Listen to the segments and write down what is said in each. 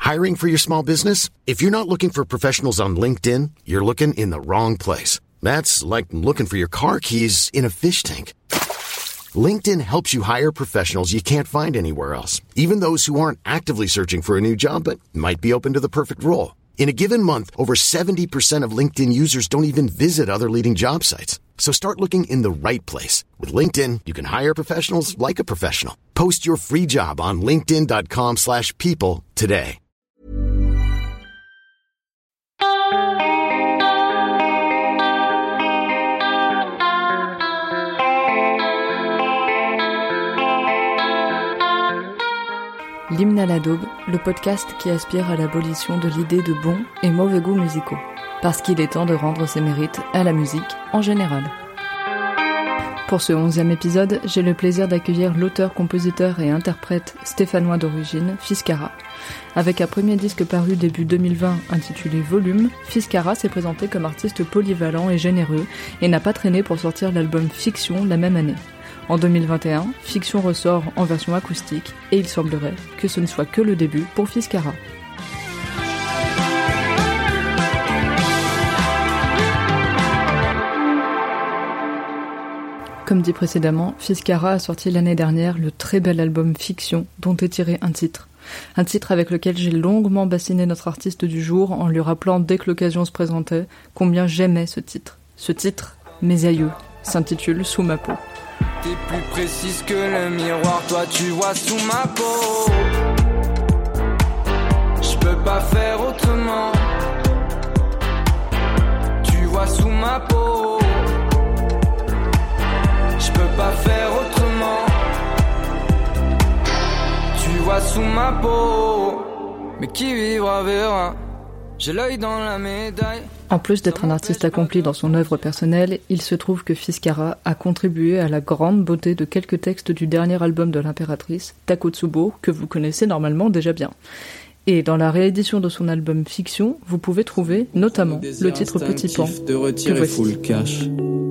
Hiring for your small business? If you're not looking for professionals on LinkedIn, you're looking in the wrong place. That's like looking for your car keys in a fish tank. LinkedIn helps you hire professionals you can't find anywhere else, even those who aren't actively searching for a new job but might be open to the perfect role. In a given month, over 70% of LinkedIn users don't even visit other leading job sites. So start looking in the right place. With LinkedIn, you can hire professionals like a professional. Post your free job on linkedin.com/people today. L'hymne à la daube, le podcast qui aspire à l'abolition de l'idée de bons et mauvais goûts musicaux. Parce qu'il est temps de rendre ses mérites à la musique en général. Pour ce 11e épisode, j'ai le plaisir d'accueillir l'auteur, compositeur et interprète stéphanois d'origine, Fiskara. Avec un premier disque paru début 2020 intitulé Volume, Fiskara s'est présenté comme artiste polyvalent et généreux et n'a pas traîné pour sortir l'album Fiction la même année. En 2021, Fiction ressort en version acoustique et il semblerait que ce ne soit que le début pour Fiskara. Comme dit précédemment, Fiskara a sorti l'année dernière le très bel album Fiction dont est tiré un titre. Un titre avec lequel j'ai longuement bassiné notre artiste du jour en lui rappelant dès que l'occasion se présentait combien j'aimais ce titre. Ce titre, Mes aïeux, s'intitule Sous ma peau. T'es plus précise que le miroir, toi tu vois sous ma peau. Je peux pas faire autrement. Tu vois sous ma peau. Je peux pas faire autrement. Tu vois sous ma peau. Mais qui vivra verra. J'ai l'œil dans la médaille. En plus d'être un artiste accompli dans son œuvre personnelle, il se trouve que Fiskara a contribué à la grande beauté de quelques textes du dernier album de l'impératrice, Takotsubo, que vous connaissez normalement déjà bien. Et dans la réédition de son album Fiction, vous pouvez trouver notamment le titre Petit Pan, de retirer full cash.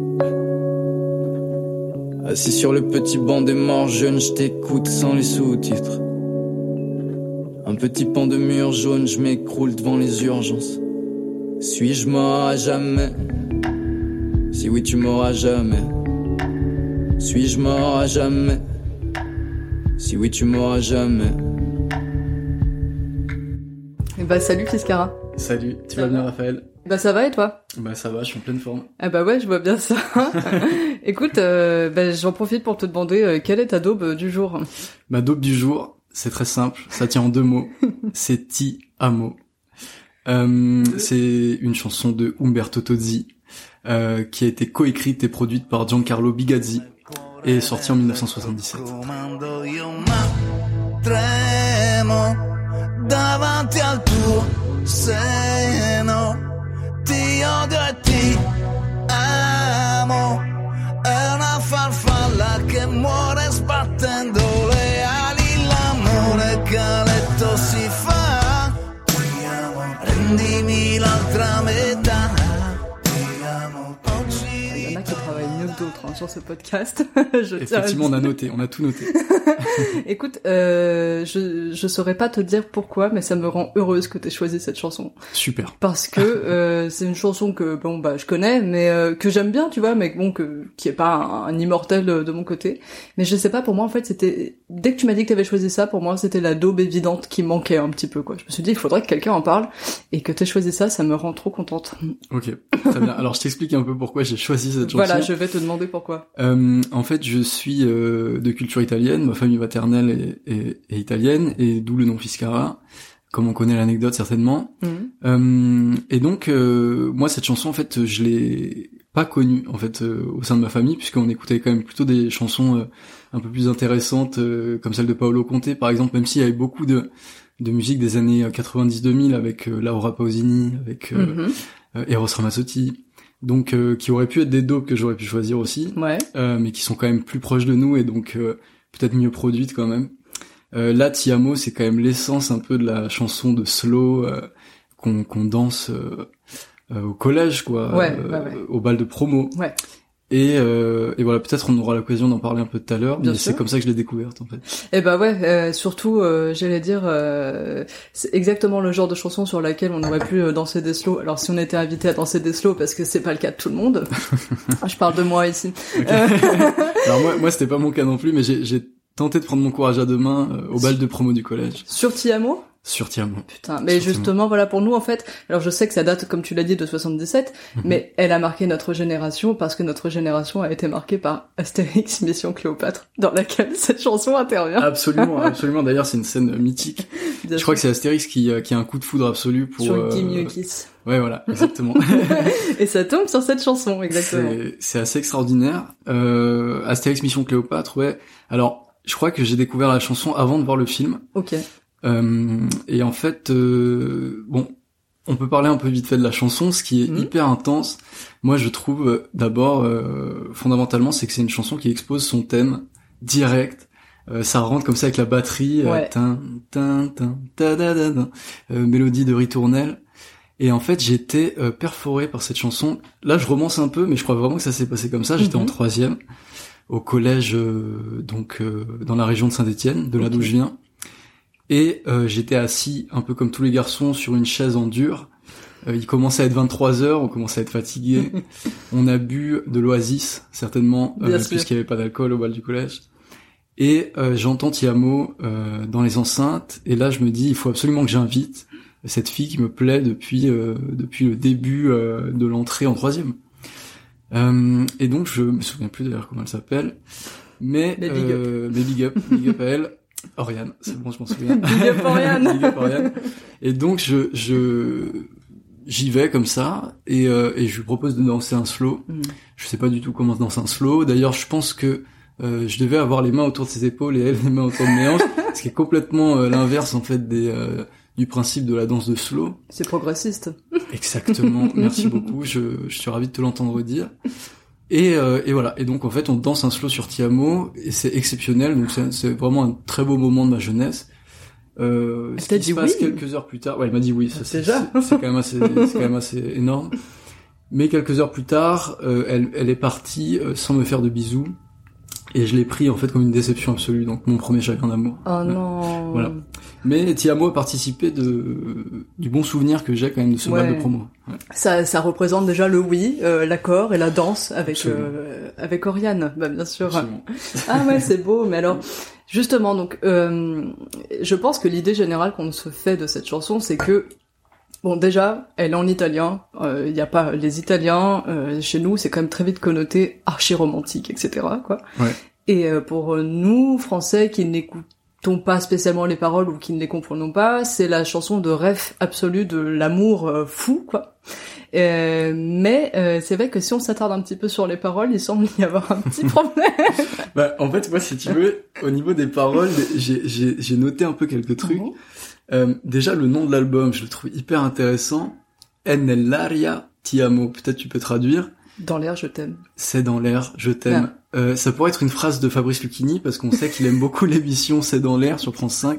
Assis sur le petit banc des morts jeunes, je t'écoute sans les sous-titres. Un petit pan de mur jaune, je m'écroule devant les urgences. Suis-je mort à jamais? Si oui, tu m'auras jamais. Suis-je mort à jamais? Si oui, tu m'auras jamais. Salut Fiskara. Salut, tu vas bien Raphaël? Ça va et toi? Ça va, je suis en pleine forme. Ouais, je vois bien ça. Écoute, j'en profite pour te demander quelle est ta daube du jour? Ma daube du jour, c'est très simple, ça tient en 2 mots. C'est Ti amo. C'est une chanson de Umberto Tozzi qui a été coécrite et produite par Giancarlo Bigazzi et est sortie en 1977. Davanti al tuo seno ti odio e ti amo è una farfalla che muore sbattendo le ali l'amore che a letto si fa ti amo rendimi l'altra metà ti amo oggi. Il y en a qui travaillent mieux que d'autres sur ce podcast. Effectivement, on a tout noté. Écoute, je saurais pas te dire pourquoi, mais ça me rend heureuse que t'aies choisi cette chanson. Super. Parce que c'est une chanson que je connais, mais que j'aime bien, tu vois, mais qui est pas un immortel de mon côté. Mais je sais pas, pour moi en fait, c'était dès que tu m'as dit que t'avais choisi ça, pour moi c'était la daube évidente qui manquait un petit peu, quoi. Je me suis dit il faudrait que quelqu'un en parle et que t'aies choisi ça me rend trop contente. Ok, très bien. Alors je t'explique un peu pourquoi j'ai choisi cette chanson. Voilà, je vais te demander pourquoi. En fait, je suis de culture italienne, ma famille maternelle est italienne, et d'où le nom Fiskara, comme on connaît l'anecdote certainement. Et donc, moi, cette chanson, en fait, je l'ai pas connue, en fait, au sein de ma famille, puisqu'on écoutait quand même plutôt des chansons un peu plus intéressantes, comme celle de Paolo Conte, par exemple, même s'il y avait beaucoup de musique des années 90-2000, avec Laura Pausini, avec Eros Ramazzotti, donc qui auraient pu être des daubes que j'aurais pu choisir aussi, mais qui sont quand même plus proches de nous et donc peut-être mieux produites quand même. Là, Ti amo, c'est quand même l'essence un peu de la chanson de slow qu'on danse au collège, quoi, au bal de promo. Et voilà, peut-être on aura l'occasion d'en parler un peu tout à l'heure, mais c'est comme ça que je l'ai découverte en fait. Et bah ouais, surtout j'allais dire c'est exactement le genre de chanson sur laquelle on aurait pu danser des slows. Alors si on était invité à danser des slows, parce que c'est pas le cas de tout le monde. Je parle de moi ici. Okay. Alors moi c'était pas mon cas non plus, mais j'ai tenté de prendre mon courage à deux mains au bal de promo du collège. Sur Tiamo ? Sur Tiamo. Putain, mais justement, voilà, pour nous, en fait, alors je sais que ça date, comme tu l'as dit, de 77, mais elle a marqué notre génération parce que notre génération a été marquée par Astérix Mission Cléopâtre, dans laquelle cette chanson intervient. Absolument, absolument. D'ailleurs, c'est une scène mythique. Je crois que c'est Astérix qui a un coup de foudre absolu pour... Sur Guy-Mieux-Kiss. Ouais, voilà, exactement. Et ça tombe sur cette chanson, exactement. C'est assez extraordinaire. Astérix Mission Cléopâtre, ouais. Alors, je crois que j'ai découvert la chanson avant de voir le film. Ok. Et en fait, bon, on peut parler un peu vite fait de la chanson, ce qui est hyper intense. Moi, je trouve, d'abord, fondamentalement, c'est que c'est une chanson qui expose son thème direct. Ça rentre comme ça avec la batterie, mélodie de ritournelle. Et en fait, j'étais perforé par cette chanson. Là, je romance un peu, mais je crois vraiment que ça s'est passé comme ça. J'étais en 3e, au collège, donc dans la région de Saint-Étienne, de là d'où je viens. Et j'étais assis, un peu comme tous les garçons, sur une chaise en dur. Il commençait à être 23h, on commençait à être fatigué. On a bu de l'Oasis, certainement, puisqu'il n'y avait pas d'alcool au bal du collège. Et j'entends Tiamo dans les enceintes. Et là, je me dis, il faut absolument que j'invite cette fille qui me plaît depuis le début de l'entrée en 3e. Et donc, je me souviens plus d'ailleurs comment elle s'appelle. Mais big up à elle. Oriane, c'est bon, je m'en souviens. Big up Oriane. Big up Oriane. Et donc j'y vais comme ça et je lui propose de danser un slow. Je sais pas du tout comment danser un slow. D'ailleurs, je pense que je devais avoir les mains autour de ses épaules et elle les mains autour de mes hanches, ce qui est complètement l'inverse en fait du principe de la danse de slow. C'est progressiste. Exactement. Merci beaucoup. Je suis ravi de te l'entendre dire. Et voilà. Et donc en fait, on danse un slow sur Tiamo et c'est exceptionnel. Donc c'est vraiment un très beau moment de ma jeunesse. Ce qui se passe quelques heures plus tard. Ouais, elle m'a dit oui. Ça, c'est quand même assez énorme. Mais quelques heures plus tard, elle est partie sans me faire de bisous. Et je l'ai pris en fait comme une déception absolue, donc mon premier chagrin d'amour. Oh non. Voilà. Mais Tiamo a participé du bon souvenir que j'ai quand même de ce bal de promo. Ouais. Ça représente déjà le oui, l'accord et la danse avec Oriane, bah bien sûr. Absolument. Ah ouais, c'est beau. Mais alors, justement, donc, je pense que l'idée générale qu'on se fait de cette chanson, c'est que bon, déjà, elle est en italien. Il y a pas les Italiens chez nous, c'est quand même très vite connoté archi-romantique, etc. Quoi. Ouais. Et pour nous, Français, qui n'écoutons pas spécialement les paroles ou qui ne les comprenons pas, c'est la chanson de rêve absolu de l'amour fou, quoi. Mais c'est vrai que si on s'attarde un petit peu sur les paroles, il semble y avoir un petit problème. Bah, en fait, moi, si tu veux, au niveau des paroles, j'ai noté un peu quelques trucs. Déjà, le nom de l'album, je le trouve hyper intéressant. E nell'aria ti amo. Peut-être tu peux traduire. Dans l'air, je t'aime. C'est dans l'air, je t'aime. Ça pourrait être une phrase de Fabrice Lucchini, parce qu'on sait qu'il aime beaucoup l'émission C'est dans l'air sur France 5.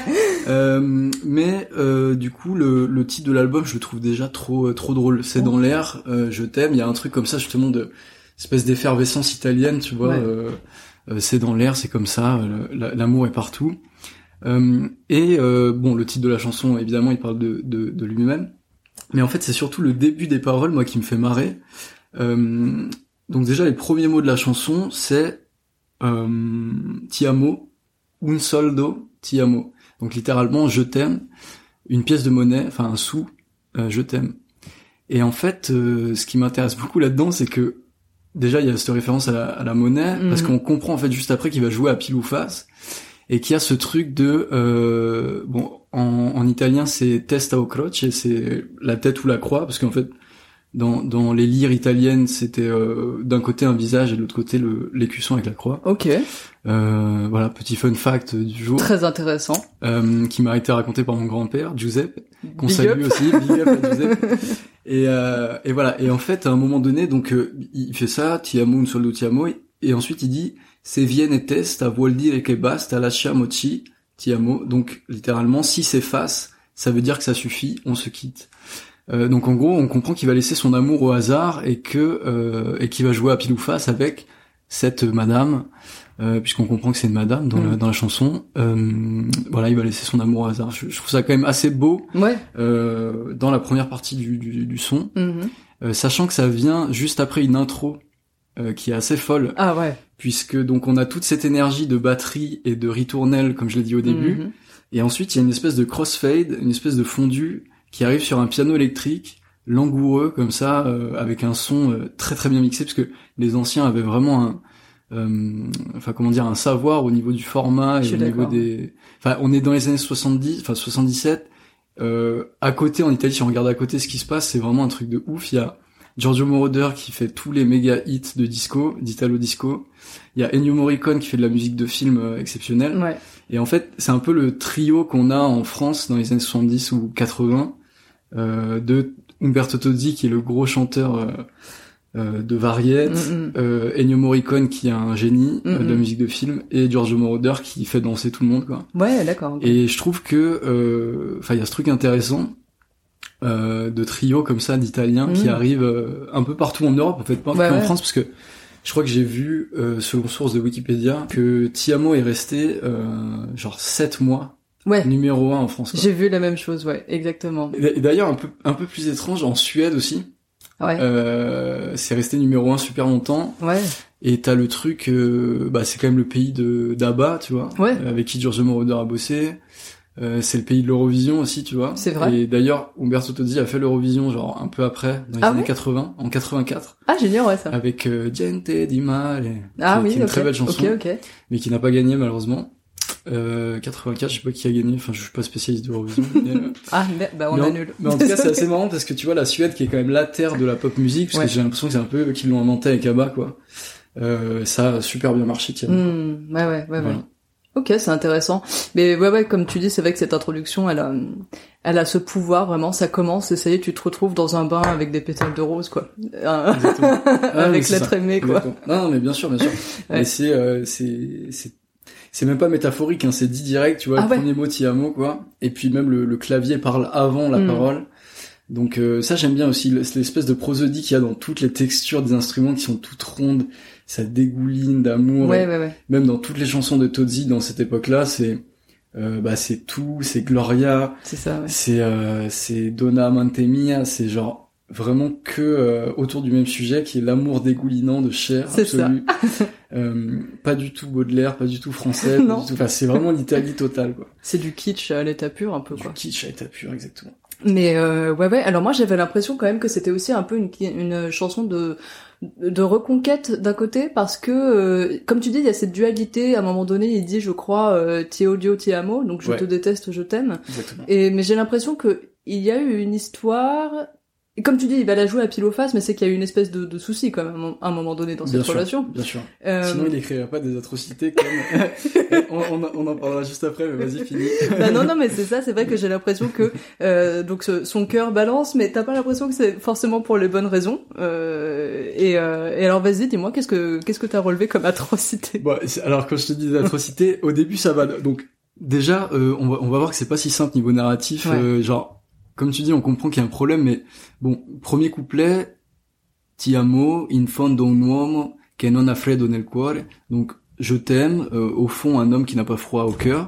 Mais du coup, le titre de l'album, je le trouve déjà trop drôle. C'est dans l'air, je t'aime. Il y a un truc comme ça, justement, de espèce d'effervescence italienne, tu vois. C'est dans l'air, c'est comme ça. L'amour est partout. Bon, le titre de la chanson, évidemment, il parle de lui-même. Mais en fait, c'est surtout le début des paroles, moi, qui me fait marrer. Donc déjà, les premiers mots de la chanson, c'est ti amo, un soldo, ti amo. Donc littéralement, je t'aime, une pièce de monnaie, enfin un sou, je t'aime. Et en fait, ce qui m'intéresse beaucoup là-dedans, c'est que déjà, il y a cette référence à la monnaie, parce qu'on comprend en fait juste après qu'il va jouer à pile ou face, et qu'il y a ce truc de... en italien, c'est testa o croce, c'est la tête ou la croix, parce qu'en fait, dans les lyres italiennes, c'était d'un côté un visage et de l'autre côté l'écusson avec la croix. Ok. Voilà, petit fun fact du jour. Très intéressant. Qui m'a été raconté par mon grand-père, Giuseppe, qu'on salue aussi. Big up à Giuseppe. Et voilà. Et en fait, à un moment donné, donc il fait ça, ti amo un soldo ti amo, et ensuite il dit se viene testa vuol dire che basta lasciamoci ti amo. Donc littéralement, si c'est face, ça veut dire que ça suffit, on se quitte. Donc en gros, on comprend qu'il va laisser son amour au hasard et qu'il va jouer à pile ou face avec cette madame, puisqu'on comprend que c'est une madame dans la chanson. Voilà, il va laisser son amour au hasard. Je trouve ça quand même assez beau. Ouais. Dans la première partie du son, sachant que ça vient juste après une intro qui est assez folle. Ah ouais. Puisque donc on a toute cette énergie de batterie et de ritournelle, comme je l'ai dit au début, et ensuite il y a une espèce de crossfade, une espèce de fondu qui arrive sur un piano électrique langoureux comme ça, avec un son très très bien mixé, parce que les anciens avaient vraiment un savoir au niveau du format et au niveau des. Enfin, on est dans les années 77. À côté, en Italie, si on regarde à côté ce qui se passe, c'est vraiment un truc de ouf. Il y a Giorgio Moroder qui fait tous les méga hits de disco, d'Italo disco. Il y a Ennio Morricone qui fait de la musique de film exceptionnelle. Ouais. Et en fait, c'est un peu le trio qu'on a en France dans les années 70 ou 80, de Umberto Tozzi qui est le gros chanteur de variette, Ennio Morricone qui est un génie de la musique de film, et Giorgio Moroder qui fait danser tout le monde, quoi. Ouais, d'accord. Okay. Et je trouve que, il y a ce truc intéressant de trio comme ça d'Italiens qui arrivent un peu partout en Europe, en fait, pas en France, parce que je crois que j'ai vu, selon source de Wikipédia, que Ti Amo est resté genre 7 mois. Ouais. Numéro 1 en France, quoi. J'ai vu la même chose, ouais, exactement. Et d'ailleurs, un peu plus étrange, en Suède aussi. Ouais. C'est resté numéro 1 super longtemps. Ouais. Et t'as le truc, c'est quand même le pays d'ABBA, tu vois. Ouais. Avec qui Giorgio Moroder a bossé. C'est le pays de l'Eurovision aussi, tu vois. C'est vrai. Et d'ailleurs, Umberto Tozzi a fait l'Eurovision, genre, un peu après, dans les années 80, en 84. Ah, génial, ouais, ça. Avec Gente di Mare. Ah qui est une très belle chanson. Ok. Mais qui n'a pas gagné, malheureusement. 84, je sais pas qui a gagné, enfin je suis pas spécialiste d'Eurovision. On annule. Mais en tout cas c'est assez marrant parce que tu vois la Suède qui est quand même la terre de la pop musique, parce que j'ai l'impression que c'est un peu eux qui l'ont inventé avec ABBA, quoi. Ça a super bien marché, tiens. Ouais. Ok, c'est intéressant. Mais ouais, comme tu dis, c'est vrai que cette introduction, elle a ce pouvoir, vraiment, ça commence et ça y est, tu te retrouves dans un bain avec des pétales de rose, quoi. Avec l'être aimé, quoi. Non, mais bien sûr. Ouais. Mais c'est même pas métaphorique, hein, c'est dit direct, tu vois, le premier mot Ti Amo, quoi. Et puis même le clavier parle avant la parole. Donc ça j'aime bien aussi, l'espèce de prosodie qu'il y a dans toutes les textures des instruments qui sont toutes rondes, ça dégouline d'amour. Ouais. Même dans toutes les chansons de Tozzi dans cette époque-là, c'est tout, c'est Gloria. C'est ça, ouais. C'est Donna Amante Mia, c'est genre vraiment que autour du même sujet qui est l'amour dégoulinant de chair absolue. Pas du tout Baudelaire, pas du tout français, pas du tout, enfin c'est vraiment l'Italie totale, quoi. C'est du kitsch à l'état pur un peu, quoi. Du kitsch à l'état pur, exactement. Mais ouais, alors moi j'avais l'impression quand même que c'était aussi un peu une chanson de reconquête d'un côté, parce que comme tu dis, il y a cette dualité. À un moment donné, il dit, je crois, ti odio, ti amo, donc je te déteste, je t'aime. Exactement. Mais j'ai l'impression que il y a eu une histoire. Et comme tu dis, il va la jouer à pile ou face, mais c'est qu'il y a eu une espèce de souci quand même à un moment donné dans cette relation. Bien sûr. Sinon, il écrirait pas des atrocités comme. on en parlera juste après, mais vas-y, finis. Non, mais c'est ça. C'est vrai que j'ai l'impression que donc son cœur balance, mais t'as pas l'impression que c'est forcément pour les bonnes raisons. Et alors vas-y, dis-moi, qu'est-ce que t'as relevé comme atrocité? Bon, alors quand je te dis des atrocités, au début ça va. Donc déjà, on va voir que c'est pas si simple niveau narratif. Genre. Comme tu dis, on comprend qu'il y a un problème, mais bon, premier couplet, Ti amo in fondo un uomo che non ha freddo nel cuore. Donc, je t'aime, au fond, un homme qui n'a pas froid au cœur.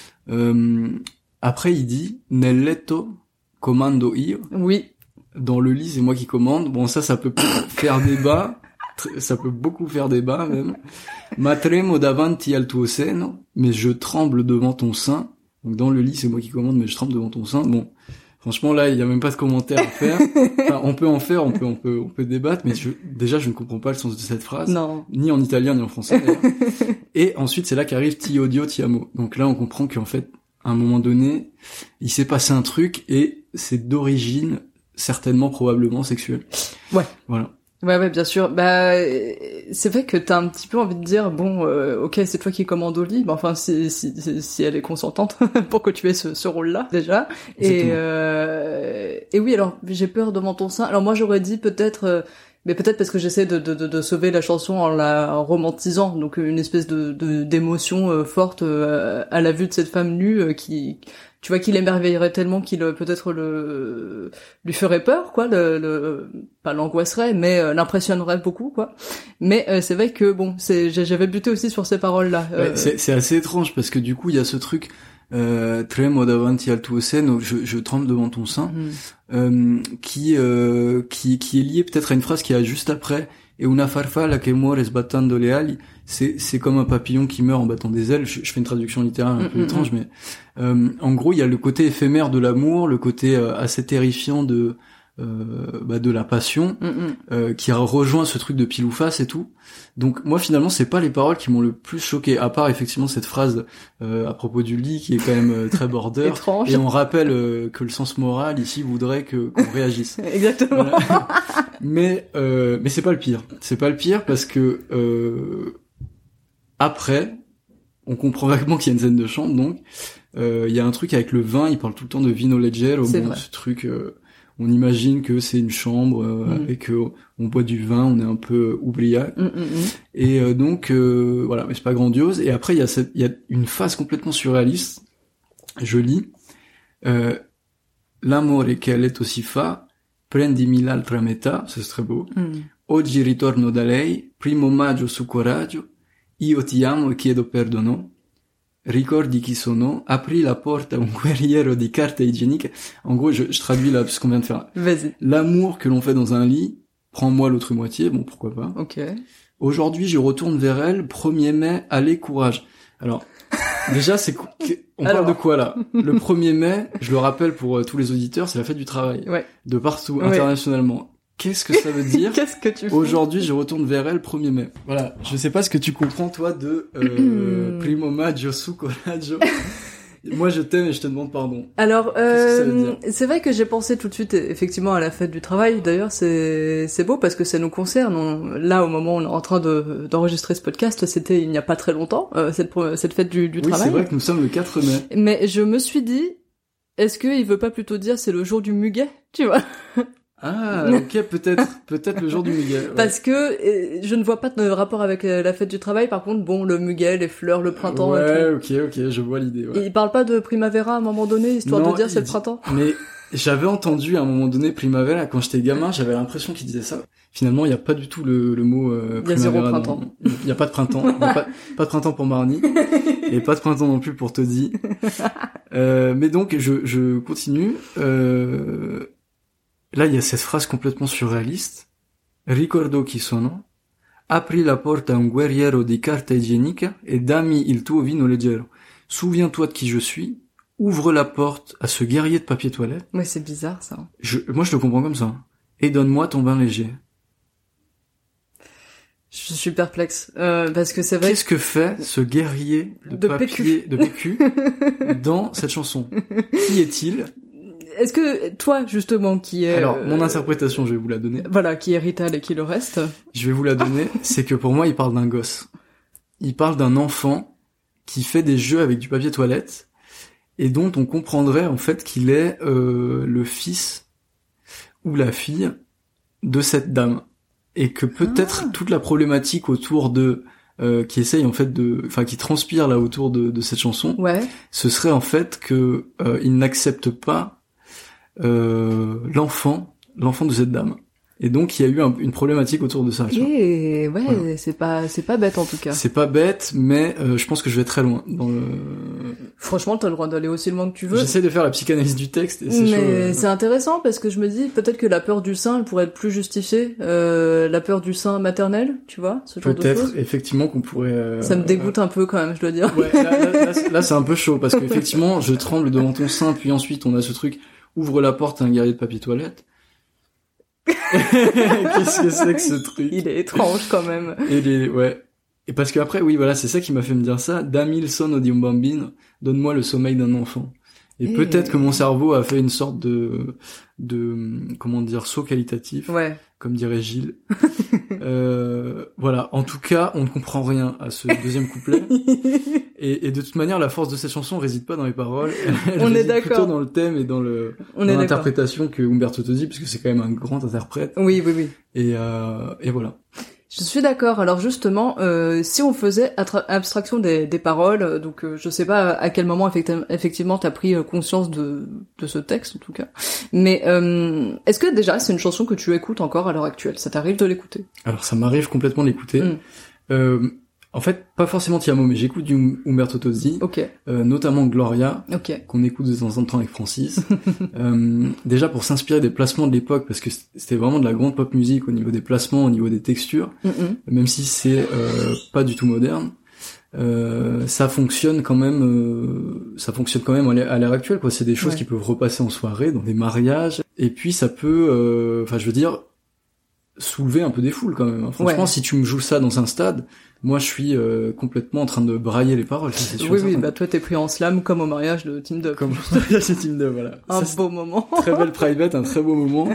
Après, il dit, nel letto comando io. Oui. Dans le lit, c'est moi qui commande. Bon, ça peut faire débat. Ça peut beaucoup faire débat, même. Ma tremo davanti al tuo seno. Mais je tremble devant ton sein. Donc, dans le lit, c'est moi qui commande, mais je tremble devant ton sein. Bon. Franchement, là, il y a même pas de commentaire à faire. Enfin, on peut en faire, on peut débattre, mais je ne comprends pas le sens de cette phrase. Non. Ni en italien, ni en français, d'ailleurs. Et ensuite, c'est là qu'arrive Ti odio, ti amo. Donc là, on comprend qu'en fait, à un moment donné, il s'est passé un truc et c'est d'origine, certainement, probablement sexuelle. Ouais. Voilà. Ouais, bien sûr. C'est vrai que t'as un petit peu envie de dire, bon, ok, c'est toi qui commande au lit, mais enfin, si elle est consentante pour que tu aies ce rôle-là, déjà. Et oui, alors, j'ai peur devant ton sein. Alors moi, j'aurais dit peut-être, Mais peut-être parce que j'essaie de sauver la chanson en la romantisant, donc une espèce d'émotion forte à la vue de cette femme nue qui, tu vois, qui l'émerveillerait tellement qu'il peut-être lui ferait peur, quoi, pas l'angoisserait, mais l'impressionnerait beaucoup, quoi. Mais c'est vrai que bon, j'avais buté aussi sur ces paroles-là. Ouais, c'est assez étrange parce que du coup il y a ce truc tremo davanti al tuo seno, je tremble devant ton sein, qui est lié peut-être à une phrase qui a juste après, et una farfalla che muore sbattendo le ali, c'est comme un papillon qui meurt en battant des ailes. Je fais une traduction littérale un peu étrange, mais en gros il y a le côté éphémère de l'amour, le côté assez terrifiant de la passion, qui a rejoint ce truc de pile ou face et tout. Donc moi finalement c'est pas les paroles qui m'ont le plus choqué, à part effectivement cette phrase à propos du lit qui est quand même très border. Étrange. Et on rappelle que le sens moral ici voudrait qu'on réagisse. Exactement. Voilà. Mais c'est pas le pire. C'est pas le pire parce que après on comprend vaguement qu'il y a une scène de chant, donc il y a un truc avec le vin, il parle tout le temps de vino leggero, ce truc on imagine que c'est une chambre et que on boit du vin, on est un peu oubliaque. Et donc voilà, mais c'est pas grandiose. Et après il y a une phase complètement surréaliste. Je lis l'amore che letto si fa, prendimi l'altra metà, c'est très beau. Oggi ritorno da lei, primo maggio su coraggio, io ti amo e chiedo perdono. Ricordi chi sono, apri la porta a un guerriero di carta igienica. En gros, je traduis là ce qu'on vient de faire. Vas-y. L'amour que l'on fait dans un lit, prends-moi l'autre moitié, bon pourquoi pas. Ok. Aujourd'hui, je retourne vers elle, 1er mai, allez, courage. Alors, déjà, on parle de quoi là? Le 1er mai, je le rappelle pour tous les auditeurs, c'est la fête du travail. Ouais. De partout, internationalement. Qu'est-ce que ça veut dire? Qu'est-ce que tu fais? Aujourd'hui, je retourne vers elle 1er mai. Voilà. Je sais pas ce que tu comprends, toi, de primo maggio su coraggio. Moi, je t'aime et je te demande pardon. Alors, qu'est-ce que ça veut dire? c'est vrai que j'ai pensé tout de suite, effectivement, à la fête du travail. D'ailleurs, c'est beau parce que ça nous concerne. Là, au moment où on est en train d'enregistrer ce podcast, c'était il n'y a pas très longtemps, cette fête du travail. Oui, c'est vrai que nous sommes le 4 mai. Mais je me suis dit, est-ce qu'il veut pas plutôt dire c'est le jour du muguet, tu vois? Ah, ok, peut-être le jour du muguet. Ouais. Parce que je ne vois pas de rapport avec la fête du travail. Par contre, bon, le muguet, les fleurs, le printemps. Ouais, ok, je vois l'idée. Ouais. Il parle pas de primavera à un moment donné, histoire de dire c'est le printemps. Mais j'avais entendu à un moment donné primavera quand j'étais gamin. J'avais l'impression qu'il disait ça. Finalement, il y a pas du tout le mot primavera. Il y a zéro printemps. Il y a pas de printemps. Il y a pas de printemps pour Marnie et pas de printemps non plus pour Toddy. Mais donc je continue. Là, il y a cette phrase complètement surréaliste. Ricordo chi sono, apri la porta a un guerriero di carta igienica e dammi il tuo vino leggero. Souviens-toi de qui je suis, ouvre la porte à ce guerrier de papier toilette. Ouais, c'est bizarre, ça. Moi, je le comprends comme ça. Et donne-moi ton vin léger. Je suis perplexe, parce que c'est vrai. Qu'est-ce que fait ce guerrier de papier, de PQ dans cette chanson? Qui est-il? Est-ce que toi, justement, qui est... Alors, mon interprétation, je vais vous la donner. Voilà, qui est Rital et qui le reste. Je vais vous la donner. C'est que pour moi, il parle d'un gosse. Il parle d'un enfant qui fait des jeux avec du papier toilette et dont on comprendrait, en fait, qu'il est le fils ou la fille de cette dame. Et que peut-être toute la problématique autour de... qui essaye, en fait, qui transpire là autour de cette chanson. Ouais. Ce serait, en fait, que il n'accepte pas l'enfant de cette dame. Et donc il y a eu une problématique autour de ça. Et ouais, voilà. c'est pas bête en tout cas. C'est pas bête, mais je pense que je vais très loin dans le. Franchement, t'as le droit d'aller aussi loin que tu veux. J'essaie de faire la psychanalyse du texte et c'est chaud. Mais c'est intéressant parce que je me dis peut-être que la peur du sein elle pourrait être plus justifiée. La peur du sein maternel, tu vois, ce genre de choses. Peut-être effectivement qu'on pourrait. Ça me dégoûte un peu quand même, je dois dire. Ouais, là c'est un peu chaud parce qu'effectivement je tremble devant ton sein, puis ensuite on a ce truc. Ouvre la porte à un guerrier de papier toilette. Qu'est-ce que c'est que ce truc? Il est étrange quand même. Ouais. Et parce que après, oui, voilà, c'est ça qui m'a fait me dire ça. Dammi il sonno di un bambino, donne-moi le sommeil d'un enfant. Et peut-être que mon cerveau a fait une sorte de comment dire, saut qualitatif, comme dirait Gilles. Voilà. En tout cas, on ne comprend rien à ce deuxième couplet. Et de toute manière, la force de cette chanson réside pas dans les paroles. Elle on est réside d'accord. plutôt dans le thème et dans l'interprétation que Umberto Tozzi, puisque c'est quand même un grand interprète. Oui. Et voilà. Je suis d'accord. Alors justement, si on faisait abstraction des paroles, donc je sais pas à quel moment effectivement t'as pris conscience de ce texte en tout cas, mais est-ce que déjà c'est une chanson que tu écoutes encore à l'heure actuelle? Ça t'arrive de l'écouter? Alors ça m'arrive complètement de l'écouter. En fait, pas forcément Ti Amo, mais j'écoute du Umberto Tozzi, notamment Gloria, qu'on écoute de temps en temps avec Francis. Déjà pour s'inspirer des placements de l'époque, parce que c'était vraiment de la grande pop musique au niveau des placements, au niveau des textures, même si c'est pas du tout moderne. Ça fonctionne quand même à l'heure actuelle, quoi. C'est des choses qui peuvent repasser en soirée, dans des mariages, et puis ça peut, soulever un peu des foules quand même. Hein. Franchement, si tu me joues ça dans un stade, moi je suis complètement en train de brailler les paroles. C'est sûr, oui, bah toi t'es pris en slam comme au mariage de Team Dub. Comme au mariage de Team Dub, voilà. Un beau moment. Très belle private, un très beau moment.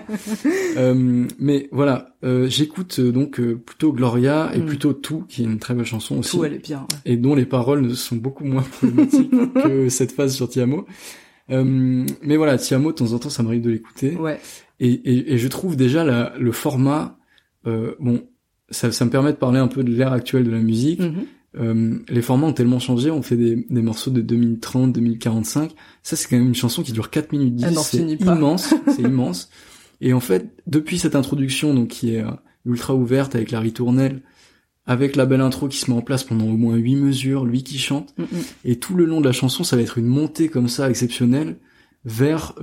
Mais voilà, j'écoute donc plutôt Gloria et plutôt Tout, qui est une très belle chanson aussi. Tout, elle est bien. Ouais. Et dont les paroles sont beaucoup moins problématiques que cette phase sur Ti Amo. Mais voilà, Ti Amo, de temps en temps, ça m'arrive de l'écouter. Ouais. Et je trouve déjà le format, ça me permet de parler un peu de l'ère actuelle de la musique. Les formats ont tellement changé, on fait des morceaux de 2030, 2045. Ça, c'est quand même une chanson qui dure 4 minutes 10. C'est immense, c'est immense. Et en fait, depuis cette introduction, donc, qui est ultra ouverte avec la ritournelle, avec la belle intro qui se met en place pendant au moins 8 mesures, lui qui chante, et tout le long de la chanson, ça va être une montée comme ça, exceptionnelle, vers,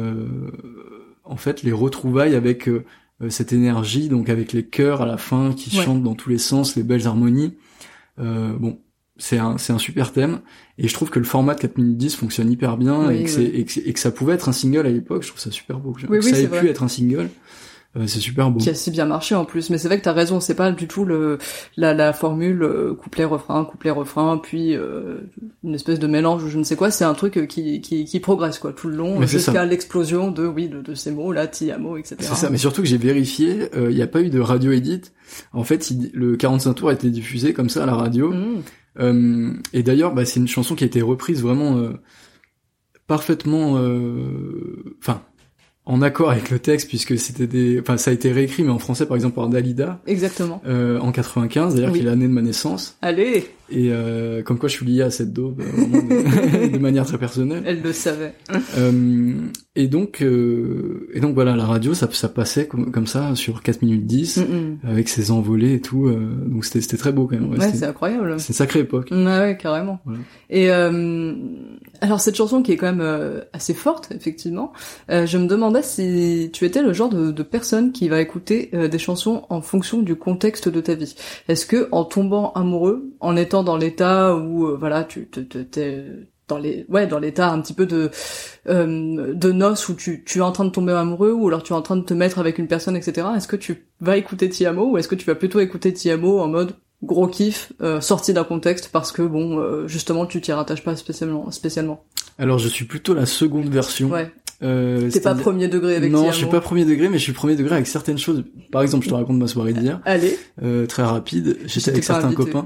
en fait, les retrouvailles avec cette énergie, donc avec les chœurs à la fin qui chantent dans tous les sens, les belles harmonies. C'est un super thème, et je trouve que le format de 4 minutes 10 fonctionne hyper bien, et que ça pouvait être un single à l'époque. Je trouve ça super beau. Ça ait pu être un single. C'est super beau. Qui a si bien marché en plus, mais c'est vrai que t'as raison, c'est pas du tout la formule couplet-refrain, puis une espèce de mélange ou je ne sais quoi, c'est un truc qui progresse quoi tout le long, jusqu'à l'explosion de ces mots là, Ti Amo, etc. C'est ça, mais surtout que j'ai vérifié, il y a pas eu de radio edit. En fait, le 45 tours a été diffusé comme ça à la radio. Et d'ailleurs, c'est une chanson qui a été reprise vraiment parfaitement en accord avec le texte, puisque ça a été réécrit, mais en français, par exemple, par Dalida. Exactement. En 95, d'ailleurs, qui est l'année de ma naissance. Allez! Et, comme quoi je suis lié à cette daube, vraiment de manière très personnelle. Elle le savait. Et donc voilà, la radio, ça passait comme ça, sur 4 minutes 10, avec ses envolées et tout, donc c'était très beau quand même. Ouais, c'est incroyable. C'est une sacrée époque. Ouais, carrément. Voilà. Et, alors cette chanson qui est quand même assez forte, effectivement, je me demandais si tu étais le genre de personne qui va écouter des chansons en fonction du contexte de ta vie. Est-ce que en tombant amoureux, en étant dans l'état où tu t'es dans l'état un petit peu de noces où tu es en train de tomber amoureux, ou alors tu es en train de te mettre avec une personne, etc. Est-ce que tu vas écouter Ti Amo, ou est-ce que tu vas plutôt écouter Ti Amo en mode gros kiff, sorti d'un contexte parce que justement tu t'y rattaches pas spécialement? Alors je suis plutôt la seconde version. Ouais. T'es pas premier degré avec Ti Amo? Non, je suis pas premier degré, mais je suis premier degré avec certaines choses. Par exemple, je te raconte ma soirée d'hier. Allez. Très rapide. J'étais avec certains copains.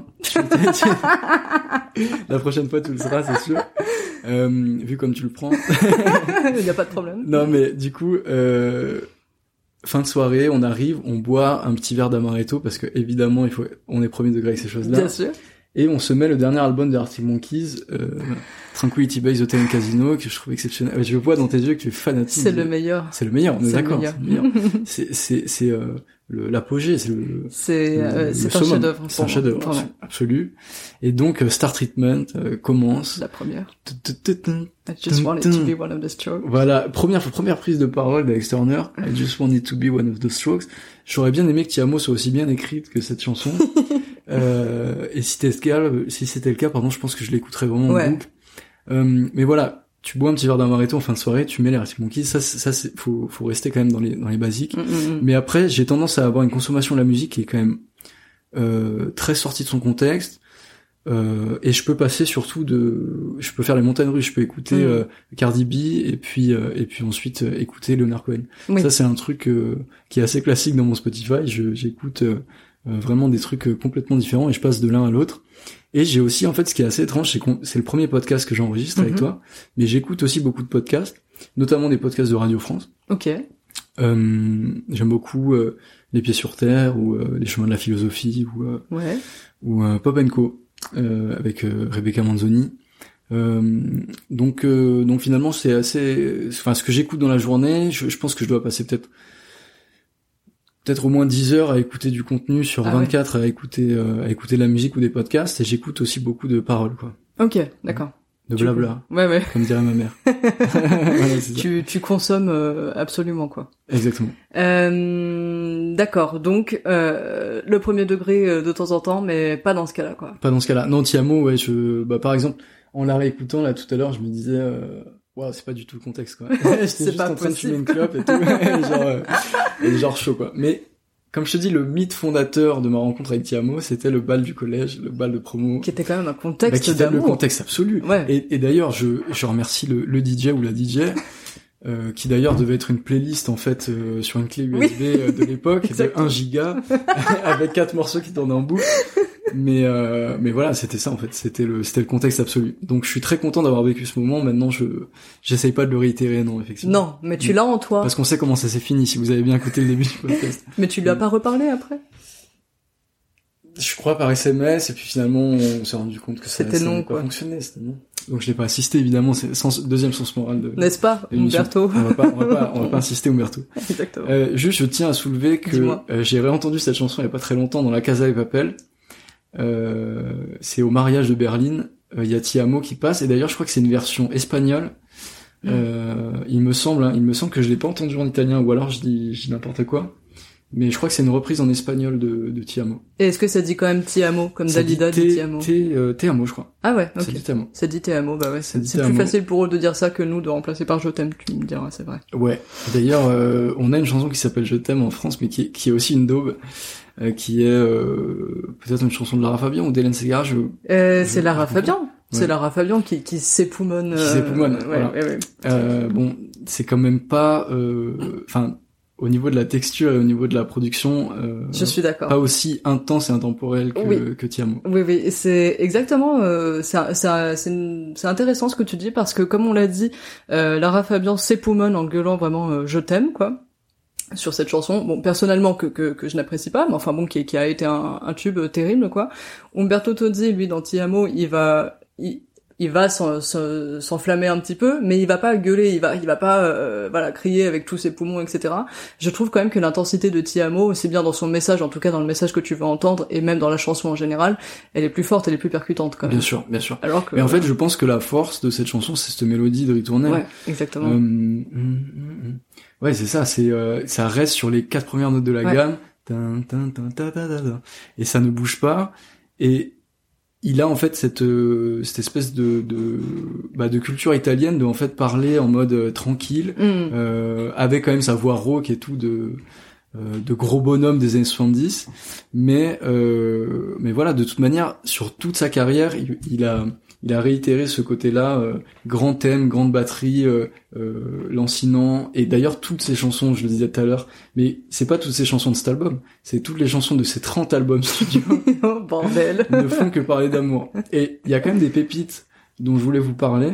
La prochaine fois, tu le seras, c'est sûr. Vu comme tu le prends. Il y a pas de problème. Non, mais du coup, fin de soirée, on arrive, on boit un petit verre d'amaretto, parce que évidemment, on est premier degré avec ces choses-là. Bien sûr. Et on se met le dernier album des Arctic Monkeys, Tranquility Base Hotel and Casino, que je trouve exceptionnel. Je vois dans tes yeux que tu es fanatique. C'est le meilleur. C'est le meilleur, on est d'accord. C'est l'apogée, c'est un chef-d'œuvre. C'est un chef-d'œuvre absolu. Et donc Star Treatment commence. La première. I just wanted to be one of the Strokes. Voilà, première prise de parole d'Alex Turner. I just wanted to be one of the Strokes. J'aurais bien aimé que Ti Amo soit aussi bien écrite que cette chanson. Et si c'était le cas, je pense que je l'écouterais vraiment en groupe. Mais voilà, tu bois un petit verre d'amaretto en fin de soirée, tu mets les Arctic Monkeys, ça faut rester quand même dans les basiques. Mais après, j'ai tendance à avoir une consommation de la musique qui est quand même très sortie de son contexte. Et je peux passer surtout je peux faire les montagnes russes, je peux écouter Cardi B et puis ensuite écouter Leonard Cohen. Oui. Ça c'est un truc qui est assez classique dans mon Spotify. J'écoute vraiment des trucs complètement différents et je passe de l'un à l'autre. Et j'ai aussi en fait ce qui est assez étrange, c'est le premier podcast que j'enregistre avec toi, mais j'écoute aussi beaucoup de podcasts, notamment des podcasts de Radio France. Ok. J'aime beaucoup Les Pieds sur Terre ou Les Chemins de la Philosophie ou Pop & Co. Avec Rebecca Manzoni. Donc finalement c'est assez, enfin ce que j'écoute dans la journée, je pense que je dois passer peut-être au moins 10 heures à écouter du contenu sur 24 à écouter de la musique ou des podcasts, et j'écoute aussi beaucoup de paroles, quoi. Ok, d'accord. De blabla. Ouais. Comme dirait ma mère. Voilà, tu consommes absolument, quoi. Exactement. D'accord. Donc le premier degré de temps en temps, mais pas dans ce cas-là, quoi. Pas dans ce cas-là. Non, Tiamo, ouais, par exemple, en la réécoutant là tout à l'heure, je me disais waouh, c'est pas du tout le contexte, quoi. J'étais juste en train de fumer une clope et tout, genre chaud, quoi. Mais comme je te dis, le mythe fondateur de ma rencontre avec Tiamo, c'était le bal du collège, le bal de promo. Qui était quand même un contexte qui était le contexte absolu. Ouais. Et d'ailleurs, je remercie le DJ ou la DJ, qui d'ailleurs devait être une playlist, en fait, sur une clé USB de l'époque, de 1 giga, avec 4 morceaux qui tournaient en boucle. Mais voilà, c'était ça, en fait. C'était le contexte absolu. Donc, je suis très content d'avoir vécu ce moment. Maintenant, j'essaye pas de le réitérer, non, effectivement. Non, mais tu l'as en toi. Parce qu'on sait comment ça s'est fini, si vous avez bien écouté le début du podcast. Mais tu lui as pas reparlé après? Je crois par SMS, et puis finalement, on s'est rendu compte que ça n'avait pas fonctionné, c'était non. Donc je n'ai pas assisté, évidemment, c'est deuxième sens morale de... N'est-ce pas, Umberto? On va pas insister, Umberto. Exactement. Juste, je tiens à soulever que j'ai réentendu cette chanson il y a pas très longtemps dans La Casa de Papel. C'est au mariage de Berlin, il y a Tiamo qui passe, et d'ailleurs je crois que c'est une version espagnole. Il me semble que je l'ai pas entendu en italien, ou alors je dis n'importe quoi. Mais je crois que c'est une reprise en espagnol de Tiamo. Et est-ce que ça dit quand même Tiamo, comme Dalida dit Tiamo? Tiamo, je crois. Ah ouais, ok. Ça dit Tiamo. Ça dit Tiamo, bah ouais. C'est plus facile pour eux de dire ça que nous de remplacer par Je t'aime, tu me diras, c'est vrai. Ouais. D'ailleurs, on a une chanson qui s'appelle Je t'aime en France, mais qui est aussi une daube, qui est peut-être une chanson de Lara Fabian ou d'Hélène Ségara. C'est Lara Fabian. Ouais. C'est Lara Fabian qui s'époumonne. Qui s'époumonne, voilà. Ouais. Bon, c'est quand même pas... Enfin... Au niveau de la texture et au niveau de la production, je suis d'accord. Pas aussi intense et intemporel que Tiamo. Oui, c'est exactement. C'est intéressant ce que tu dis, parce que comme on l'a dit, Lara Fabian s'époumonne en gueulant vraiment je t'aime, quoi, sur cette chanson. Bon, personnellement que je n'apprécie pas, mais enfin bon, qui a été un tube terrible, quoi. Umberto Tozzi, lui, dans Tiamo, il va s'enflammer un petit peu, mais il va pas gueuler, il va pas crier avec tous ses poumons, etc. Je trouve quand même que l'intensité de Tiamo, aussi bien dans son message, en tout cas dans le message que tu veux entendre, et même dans la chanson en général, elle est plus forte, elle est plus percutante quand même. Bien sûr. Alors que, mais en fait, je pense que la force de cette chanson, c'est cette mélodie de ritournelle. Ouais, exactement. Ouais, c'est ça, ça reste sur les 4 premières notes de la gamme, et ça ne bouge pas, et il a en fait cette espèce de culture italienne de en fait parler en mode tranquille, avec quand même sa voix rauque et tout de gros bonhomme des années 70, mais voilà, de toute manière, sur toute sa carrière, il a réitéré ce côté-là, grand thème, grande batterie, lancinant, et d'ailleurs toutes ces chansons, je le disais tout à l'heure, mais c'est pas toutes ces chansons de cet album, c'est toutes les chansons de ces 30 albums studio. Oh bordel. Ne font que parler d'amour. Et il y a quand même des pépites dont je voulais vous parler,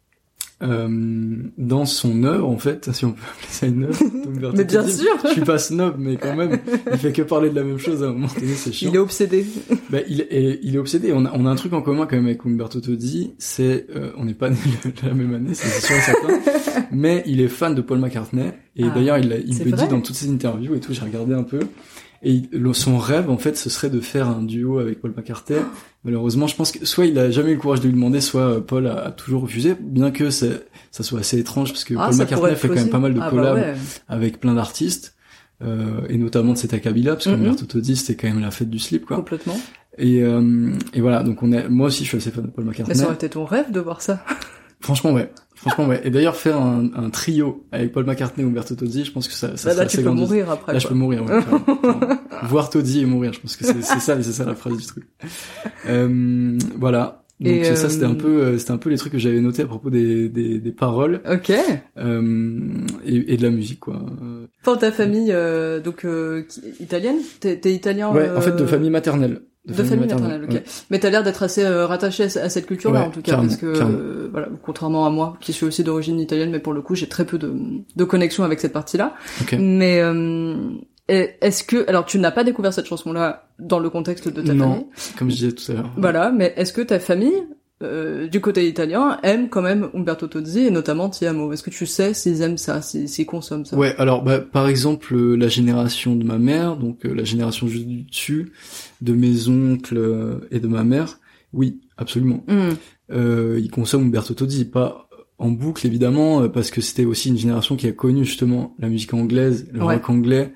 dans son œuvre, en fait, si on peut appeler ça une œuvre. Mais bien sûr. Je suis pas snob, mais quand même, il fait que parler de la même chose à un moment donné, c'est chiant. Il est obsédé. Il est obsédé. On a un truc en commun quand même avec Umberto Tozzi, c'est, on n'est pas nés la même année, c'est sûr et certain, mais il est fan de Paul McCartney, et d'ailleurs, il le dit dans toutes ses interviews et tout, j'ai regardé un peu. Et son rêve, en fait, ce serait de faire un duo avec Paul McCartney. Malheureusement, je pense que soit il a jamais eu le courage de lui demander, soit Paul a toujours refusé, bien que ça soit assez étrange, parce que Paul McCartney fait quand même pas mal de collabs avec plein d'artistes, et notamment de cet Kabila, parce que Umberto Tozzi, c'était quand même la fête du slip, quoi. Complètement. Et voilà, donc moi aussi, je suis assez fan de Paul McCartney. Mais ça aurait été ton rêve de voir ça. Franchement, ouais. Franchement, ouais. Et d'ailleurs, faire un trio avec Paul McCartney et Umberto Tozzi, je pense que ça là, tu peux mourir après. Là, je peux mourir, ouais. Clairement. Voir Tozzi et mourir, je pense que c'est ça la phrase du truc. Voilà. Donc ça, c'était un peu les trucs que j'avais notés à propos des paroles. Ok. Et de la musique, quoi. Pour ta famille, italienne? T'es italien? Ouais, en fait, de famille maternelle. De famille maternelle, ok. Ouais. Mais t'as l'air d'être assez rattaché à cette culture-là, en tout cas, parce que voilà, contrairement à moi, qui suis aussi d'origine italienne, mais pour le coup, j'ai très peu de connexion avec cette partie-là. Okay. Mais est-ce que, alors tu n'as pas découvert cette chanson-là dans le contexte de ta famille? Non, comme je disais tout à l'heure. Voilà, mais est-ce que ta famille, du côté italien, aime quand même Umberto Tozzi et notamment Ti Amo? Est-ce que tu sais s'ils aiment ça, s'ils consomment ça? Ouais, alors par exemple la génération de ma mère, donc la génération juste du dessus, de mes oncles et de ma mère, oui, absolument. Ils consomment Umberto Tozzi, pas en boucle évidemment, parce que c'était aussi une génération qui a connu justement la musique anglaise, le rock anglais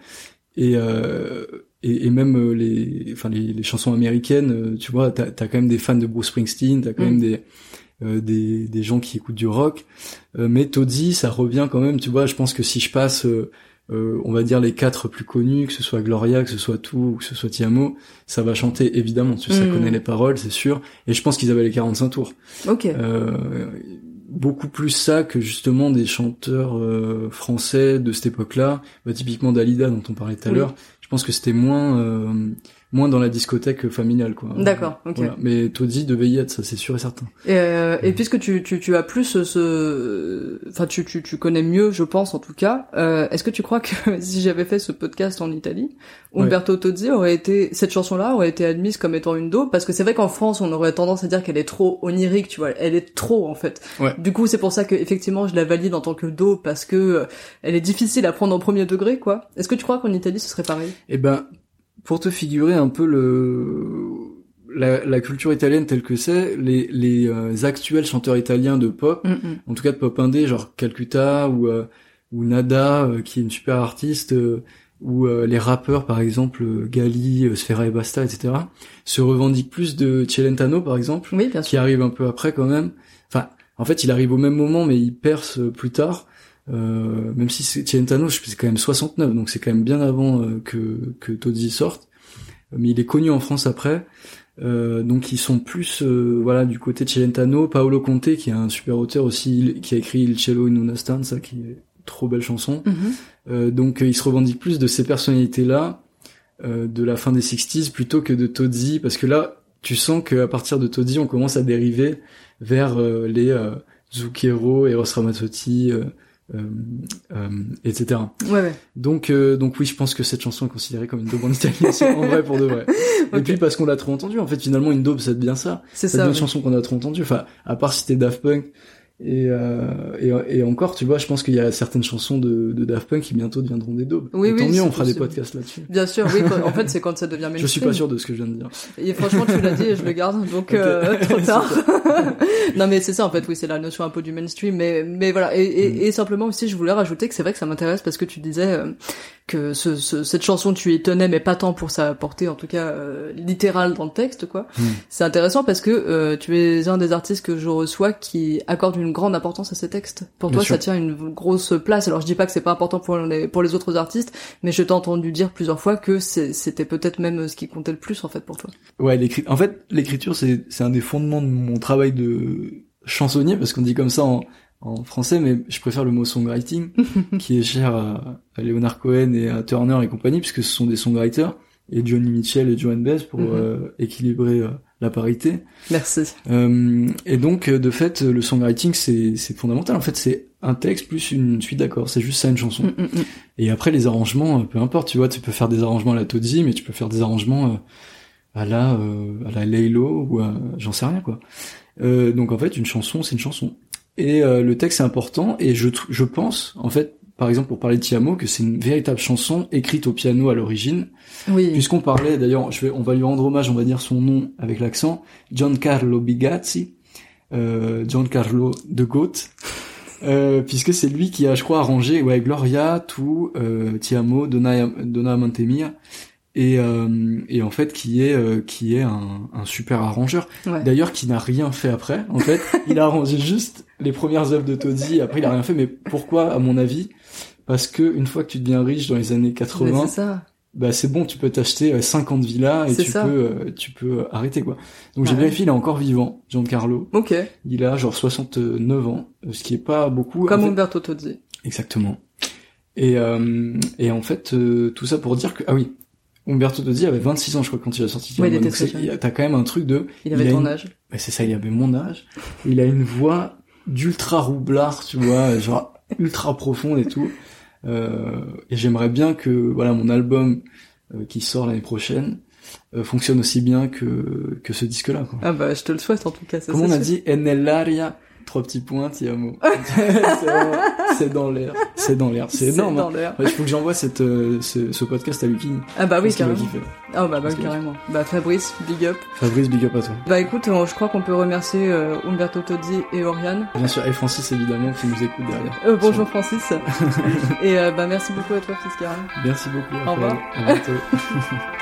et même les chansons américaines, tu vois, t'as quand même des fans de Bruce Springsteen, t'as quand même des gens qui écoutent du rock, mais Tozzi, ça revient quand même, tu vois. Je pense que si je passe on va dire les 4 plus connus, que ce soit Gloria, que ce soit Tu ou que ce soit Ti Amo, ça va chanter évidemment, parce que ça connaît les paroles, c'est sûr, et je pense qu'ils avaient les 45 tours. Ok. Beaucoup plus ça que justement des chanteurs français de cette époque-là, typiquement Dalida dont on parlait tout à l'heure. Je pense que c'était moins dans la discothèque familiale, quoi. D'accord, ok. Voilà. Mais Tozzi devait y être, ça c'est sûr et certain. Et puisque tu as plus enfin tu connais mieux, je pense en tout cas, est-ce que tu crois que si j'avais fait ce podcast en Italie, Umberto Tozzi cette chanson-là aurait été admise comme étant une daube? Parce que c'est vrai qu'en France, on aurait tendance à dire qu'elle est trop onirique, tu vois, elle est trop en fait. Ouais. Du coup, c'est pour ça que effectivement, je la valide en tant que daube, parce que elle est difficile à prendre en premier degré, quoi. Est-ce que tu crois qu'en Italie, ce serait pareil? Eh ben, pour te figurer un peu la culture italienne telle que c'est, les actuels chanteurs italiens de pop, en tout cas de pop indé, genre Calcutta ou Nada, qui est une super artiste, ou les rappeurs par exemple Gali, Sfera et Basta, etc., se revendiquent plus de Celentano par exemple, qui arrive un peu après quand même. Enfin, en fait, il arrive au même moment, mais il perce plus tard. Même si Celentano, c'est quand même 69, donc c'est quand même bien avant que Tozzi sorte, mais il est connu en France après, donc ils sont plus du côté de Celentano. Paolo Conte, qui est un super auteur aussi, qui a écrit Il cielo in una stanza, qui est trop belle chanson. Donc il se revendique plus de ces personnalités-là de la fin des 60s plutôt que de Tozzi, parce que là tu sens qu'à partir de Tozzi on commence à dériver vers les Zucchero, Eros Ramazzotti, etc. Ouais. Donc oui, je pense que cette chanson est considérée comme une daube en italien, en vrai, pour de vrai. Okay. Et puis parce qu'on l'a trop entendu, en fait, finalement, une daube, c'est bien ça. C'est ça. Une chanson qu'on a trop entendue. Enfin, à part si t'es Daft Punk. Et encore, tu vois, je pense qu'il y a certaines chansons de Daft Punk qui bientôt deviendront des daubes. Oui, tant mieux, on fera possible. Des podcasts là-dessus. Bien sûr, oui. En fait, c'est quand ça devient mainstream. Je suis pas sûr de ce que je viens de dire. Et franchement, tu l'as dit et je le garde, donc trop tard. Non, mais c'est ça, en fait, oui, c'est la notion un peu du mainstream, mais voilà. Et simplement aussi, je voulais rajouter que c'est vrai que ça m'intéresse parce que tu disais que cette chanson, tu y tenais, mais pas tant pour sa portée, en tout cas littérale dans le texte, quoi. C'est intéressant parce que tu es un des artistes que je reçois qui accorde une grande importance à ces textes. Pour toi, ça tient une grosse place. Alors, je dis pas que c'est pas important pour les autres artistes, mais je t'ai entendu dire plusieurs fois que c'était peut-être même ce qui comptait le plus, en fait, pour toi. Ouais, en fait, l'écriture, c'est un des fondements de mon travail de chansonnier, parce qu'on dit comme ça en français, mais je préfère le mot songwriting, qui est cher à Leonard Cohen et à Turner et compagnie, puisque ce sont des songwriters, et Johnny Mitchell et Joan Baez pour équilibrer la parité. Merci. Et donc, de fait, le songwriting, c'est fondamental. En fait, c'est un texte plus une suite d'accords. C'est juste ça, une chanson. Et après, les arrangements, peu importe, tu vois, tu peux faire des arrangements à la Tozzi, mais tu peux faire des arrangements à la Laylo, ou j'en sais rien, quoi. Donc, en fait, une chanson, c'est une chanson. Et le texte, c'est important, et je pense, en fait, par exemple, pour parler de Ti Amo, que c'est une véritable chanson écrite au piano à l'origine. Oui. Puisqu'on parlait, d'ailleurs, on va lui rendre hommage, on va dire son nom avec l'accent, Giancarlo Bigazzi, Giancarlo de Goat, puisque c'est lui qui a, je crois, arrangé, Gloria, Tu, Ti Amo, Donna Amante Mia, et en fait qui est un super arrangeur. Ouais. D'ailleurs qui n'a rien fait après. En fait, il a arrangé juste les premières œuvres de Tozzi, après il a rien fait. Mais pourquoi, à mon avis? Parce que une fois que tu deviens riche dans les années 80, mais c'est ça. Bah c'est bon, tu peux t'acheter 50 villas et tu peux arrêter quoi. Donc j'ai vérifié, il est encore vivant, Giancarlo. Ok. Il a genre 69 ans, ce qui est pas beaucoup. Comme en fait. Umberto Tozzi. Exactement. Et en fait tout ça pour dire que Umberto Tozzi avait 26 ans je crois quand il a sorti. Ouais, il était donc très jeune. t'as quand même un truc de. Il avait ton âge. Bah c'est ça, il avait mon âge. Il a une voix d'ultra roublard, tu vois, genre ultra profonde et tout. Et j'aimerais bien que voilà mon album qui sort l'année prochaine fonctionne aussi bien que ce disque-là. Quoi. Ah bah je te le souhaite en tout cas. Ça, comme on a dit, nell'aria, 3 petits points, ti amo. C'est dans l'air. C'est dans l'air. C'est énorme. Dans l'air. Il faut que j'envoie ce podcast à Lucky. Ah bah oui, carrément. Ah bah Parce carrément. Bah Fabrice, big up. Fabrice, big up à toi. Bah écoute, je crois qu'on peut remercier Umberto Tozzi et Oriane. Bien sûr, et Francis évidemment qui nous écoute derrière. Bonjour Francis. Et bah merci beaucoup à toi Fiskara. Merci beaucoup. Au revoir. À bientôt.